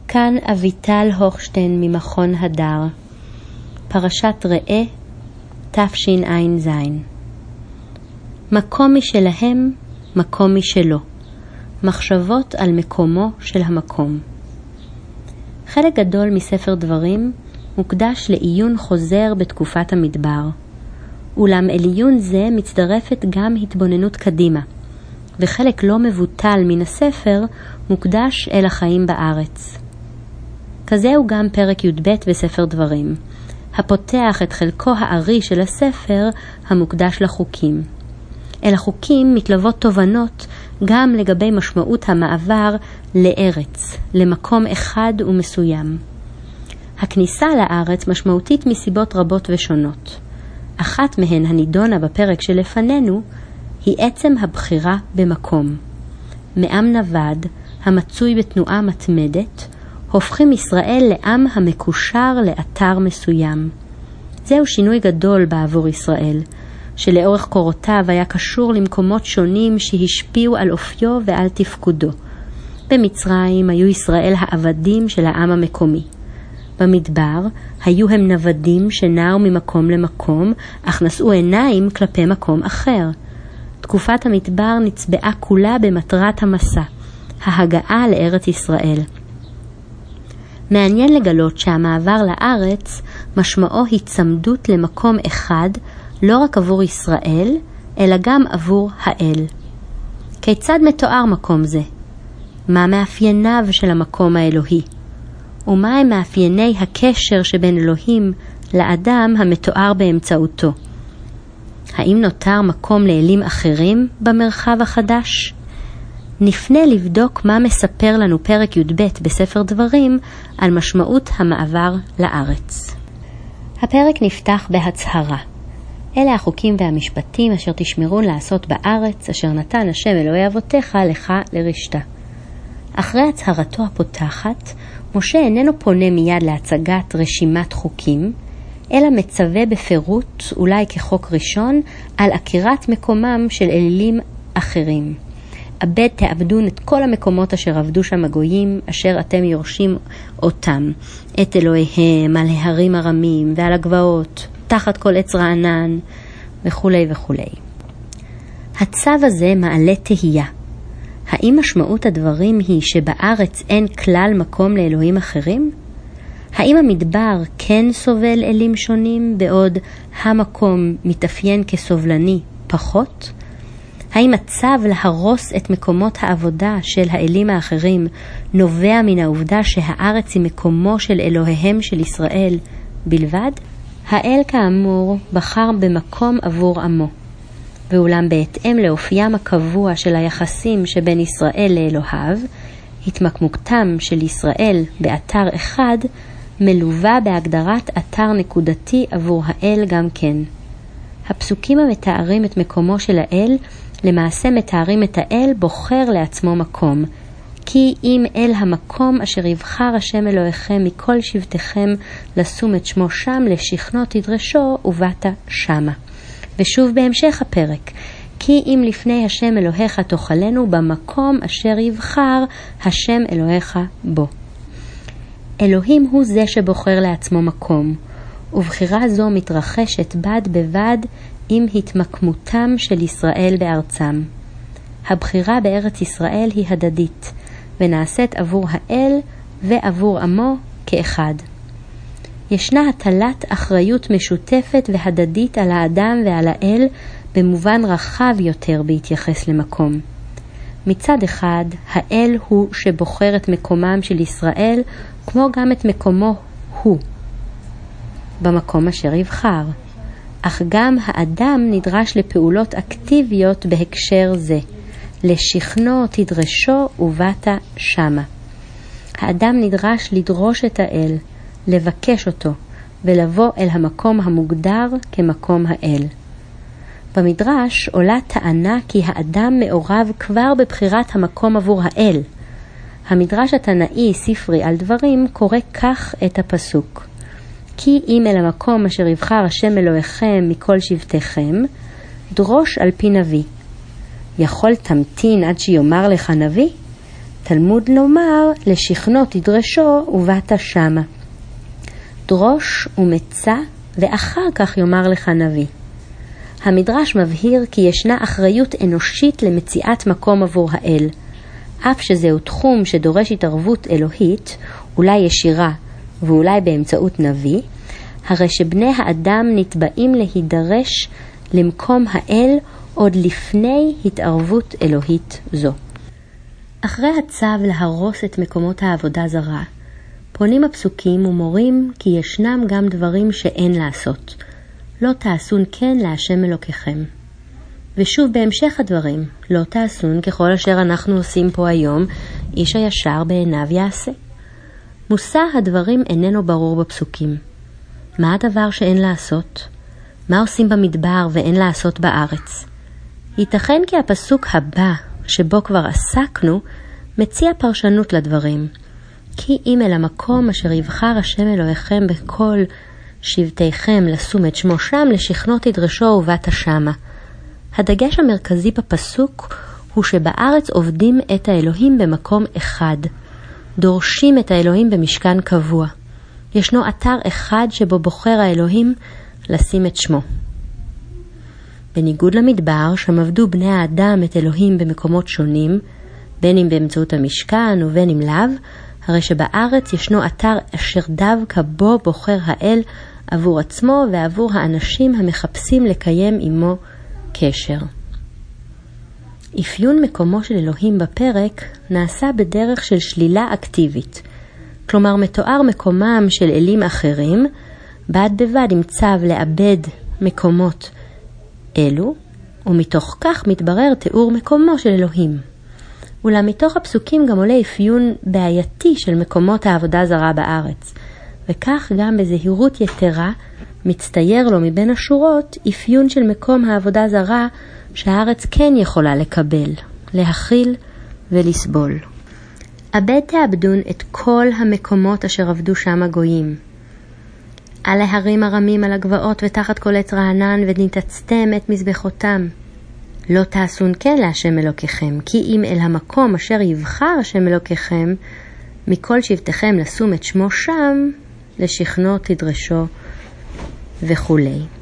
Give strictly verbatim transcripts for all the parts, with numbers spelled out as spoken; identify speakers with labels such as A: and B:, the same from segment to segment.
A: כאן אביטל הוכשטיין ממכון הדר, פרשת ראה תשע"ז. מקום משלהם, מקום משלו. מחשבות על מקומו של המקום. חלק גדול מספר דברים מוקדש לעיון חוזר בתקופת המדבר. אולם אל עיון זה מצטרפת גם התבוננות קדימה, וחלק לא מבוטל מן הספר מוקדש אל החיים בארץ. כזהו גם פרק י"ב בספר דברים, הפותח את חלקו הארי של הספר המוקדש לחוקים. אל החוקים מתלוות תובנות גם לגבי משמעות המעבר לארץ, למקום אחד ומסוים. הכניסה לארץ משמעותית מסיבות רבות ושונות. אחת מהן הנידונה בפרק שלפנינו היא עצם הבחירה במקום. מעם נווד, המצוי בתנועה מתמדת, הופכים ישראל לעם המקושר לאתר מסוים. זהו שינוי גדול בעבור ישראל, שלאורך קורותיו היה קשור למקומות שונים שהשפיעו על אופיו ועל תפקודו. במצרים היו ישראל העבדים של העם המקומי. במדבר היו הם נוודים שנעו ממקום למקום, אך נשאו עיניים כלפי מקום אחר. תקופת המדבר נצבעה כולה במטרת המסע, ההגעה לארץ ישראל. מעניין לגלות שהמעבר לארץ משמעו הצמדות למקום אחד, לא רק עבור ישראל, אלא גם עבור האל. כיצד מתואר מקום זה? מה מאפייניו של המקום האלוהי? ומה הם מאפייני הקשר שבין אלוהים לאדם המתואר באמצעותו? האם נותר מקום לאלים אחרים במרחב החדש? נפנה לבדוק מה מספר לנו פרק י"ב בספר דברים על משמעות המעבר לארץ. הפרק נפתח בהצהרה. אלה החוקים והמשפטים אשר תשמרון לעשות בארץ, אשר נתן השם אלוהי אבותיך לך לרשתה. אחרי הצהרתו הפותחת, משה איננו פונה מיד להצגת רשימת חוקים, אלא מצווה בפירוט, אולי כחוק ראשון, על עקירת מקומם של אלילים אחרים. אבד תעבדון את כל המקומות אשר עבדו שם הגויים, אשר אתם יורשים אותם, את אלוהיהם, על ההרים הרמים ועל הגבעות, תחת כל עץ רענן, וכו' וכו'. הצו הזה מעלה תהייה. האם משמעות הדברים היא שבארץ אין כלל מקום לאלוהים אחרים? האם המדבר כן סובל אלים שונים, בעוד המקום מתאפיין כסובלני פחות? האם הצו להרוס את מקומות העבודה של האלים האחרים נובע מן העובדה שהארץ היא מקומו של אלוהיהם של ישראל בלבד? האל כאמור בחר במקום עבור עמו, ואולם בהתאם לאופיים הקבוע של היחסים שבין ישראל לאלוהיו, התמקמותם של ישראל באתר אחד מלווה בהגדרת אתר נקודתי עבור האל גם כן. הפסוקים המתארים את מקומו של האל למעשה מתארים את האל בוחר לעצמו מקום, כי אם אל המקום אשר יבחר השם אלוהיכם מכל שבטכם לשום את שמו שם, לשכנו תדרשו ובאת שמה. ושוב בהמשך הפרק, כי אם לפני השם אלוהיך תאכלנו במקום אשר יבחר השם אלוהיך בו. אלוהים הוא זה שבוחר לעצמו מקום, ובחירה זו מתרחשת בד בבד עם התמקמותם של ישראל בארצם. הבחירה בארץ ישראל היא הדדית, ונעשית עבור האל ועבור עמו כאחד. ישנה הטלת אחריות משותפת והדדית על האדם ועל האל במובן רחב יותר בהתייחס למקום. מצד אחד, האל הוא שבוחר את מקומם של ישראל, כמו גם את מקומו הוא, במקום אשר יבחר. אך גם האדם נדרש לפעולות אקטיביות בהקשר זה. לשכנו תדרשו ובאת שמה. האדם נדרש לדרוש את האל, לבקש אותו, ולבוא אל המקום המוגדר כמקום האל. במדרש עולה טענה כי האדם מעורב כבר בבחירת המקום עבור האל. המדרש התנאי ספרי על דברים קורא כך את הפסוק: כי אם אל המקום אשר יבחר השם אלוהיכם מכל שבטכם, דרוש על פי נביא. יכול תמתין עד שיאמר לך נביא? תלמוד לומר, לשכנו תדרשו ובאת שמה. דרוש ומצא, ואחר כך יאמר לך נביא. המדרש מבהיר כי ישנה אחריות אנושית למציאת מקום עבור האל. אף שזהו תחום שדורש התערבות אלוהית, אולי ישירה ואולי באמצעות נביא, הרי שבני האדם נתבעים להידרש למקום האל עוד לפני התערבות אלוהית זו. אחרי הצו להרוס את מקומות העבודה זרה, פונים הפסוקים ומורים כי ישנם גם דברים שאין לעשות. לא תעשון כן להשם אלוקיכם. ושוב בהמשך הדברים, לא תעשון ככל אשר אנחנו עושים פה היום, איש הישר בעיניו יעשה. מושא הדברים איננו ברור בפסוקים. מה הדבר שאין לעשות? מה עושים במדבר ואין לעשות בארץ? ייתכן כי הפסוק הבא, שבו כבר עסקנו, מציע פרשנות לדברים. כי אם אל המקום אשר יבחר השם אלוהיכם בכל שבטיכם לשום את שמו שם, לשכנו תדרשו ובאת שמה. הדגש המרכזי בפסוק הוא שבארץ עובדים את האלוהים במקום אחד. דורשים את האלוהים במשכן קבוע. ישנו אתר אחד שבו בוחר האלוהים לשים את שמו. בניגוד למדבר, שם עבדו בני האדם את אלוהים במקומות שונים, בין אם באמצעות המשכן ובין אם לאו, הרי שבארץ ישנו אתר אשר דווקא בו בוחר האל עבור עצמו ועבור האנשים המחפשים לקיים עמו קשר. אפיון מקומו של אלוהים בפרק נעשה בדרך של שלילה אקטיבית, כלומר מתואר מקומם של אלים אחרים, בד בבד עם צו לאבד מקומות אלו, ומתוך כך מתברר תיאור מקומו של אלוהים. אולם מתוך הפסוקים גם עולה אפיון בעייתי של מקומות העבודה זרה בארץ, וכך גם בזהירות יתרה מצטייר לו מבין השורות אפיון של מקום העבודה זרה שהארץ כן יכולה לקבל, להכיל ולסבול. אבד תאבדון את כל המקומות אשר עבדו שם הגויים. על ההרים הרמים על הגבעות ותחת כל עץ רענן ונתצתם את מזבחותם. לא תעשון כן להשם אלוקיכם, כי אם אל המקום אשר יבחר השם אלוקיכם, מכל שבטכם לשום את שמו שם, לשכנו תדרשו וכו'.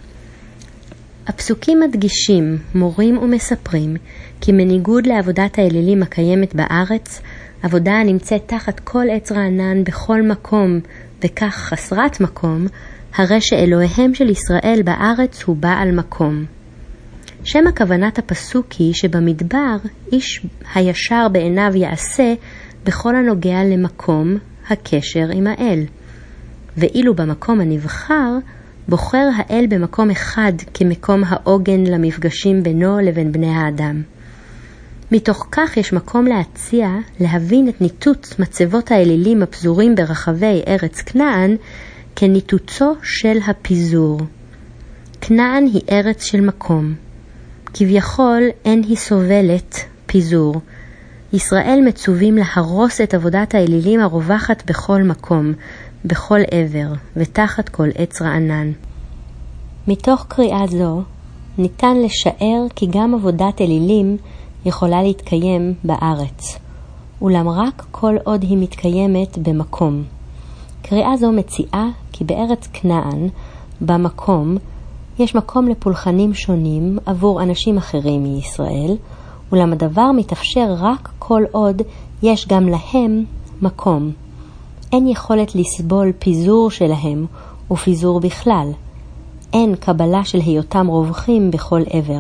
A: הפסוקים מדגישים, מורים ומספרים, כי מניגוד לעבודת האלילים הקיימת בארץ, עבודה הנמצאת תחת כל עץ רענן בכל מקום, וכך חסרת מקום, הרי שאלוהיהם של ישראל בארץ הוא בעל מקום. שם הכוונת הפסוק היא שבמדבר איש הישר בעיניו יעשה בכל הנוגע למקום הקשר עם האל. ואילו במקום הנבחר, בוחר האל במקום אחד כמקום העוגן למפגשים בינו לבין בני האדם. מתוך כך יש מקום להציע להבין את ניתוץ מצבות האלילים הפזורים ברחבי ארץ כנען כניתוצו של הפיזור. כנען היא ארץ של מקום. כביכול אין היא סובלת פיזור. ישראל מצווים להרוס את עבודת האלילים הרווחת בכל מקום, בכל עבר ותחת כל עץ רענן. מתוך קריאה זו ניתן לשער כי גם עבודת אלילים יכולה להתקיים בארץ, אולם רק כל עוד היא מתקיימת במקום. קריאה זו מציעה כי בארץ כנען, במקום, יש מקום לפולחנים שונים עבור אנשים אחרים מישראל, אולם הדבר מתאפשר רק כל עוד יש גם להם מקום. אין יכולת לסבול פיזור שלהם ופיזור בכלל. אין קבלה של היותם רווחים בכל עבר.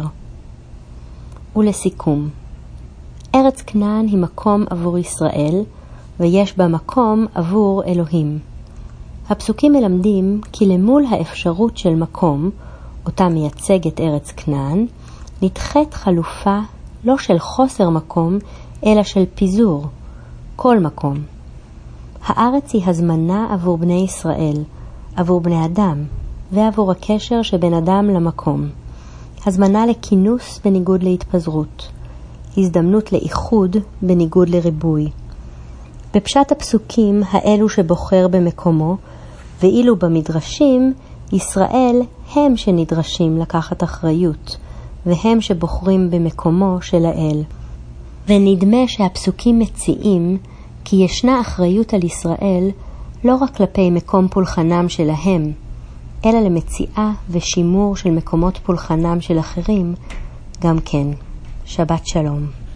A: ולסיכום, ארץ כנען היא מקום עבור ישראל, ויש בה מקום עבור אלוהים. הפסוקים מלמדים כי למול האפשרות של מקום, אותה מייצגת ארץ כנען, נדחית חלופה לא של חוסר מקום, אלא של פיזור, כל מקום. הארץ היא הזמנה עבור בני ישראל, עבור בני אדם, ועבור הקשר שבין אדם למקום. הזמנה לכינוס בניגוד להתפזרות. הזדמנות לאיחוד בניגוד לריבוי. בפשט הפסוקים האלו שבוחר במקומו, ואילו במדרשים, ישראל הם שנדרשים לקחת אחריות, והם שבוחרים במקומו של האל. ונדמה שהפסוקים מציעים כי ישנה אחריות על ישראל לא רק כלפי מקום פולחנם שלהם, אלא למציאה ושימור של מקומות פולחנם של אחרים גם כן. שבת שלום.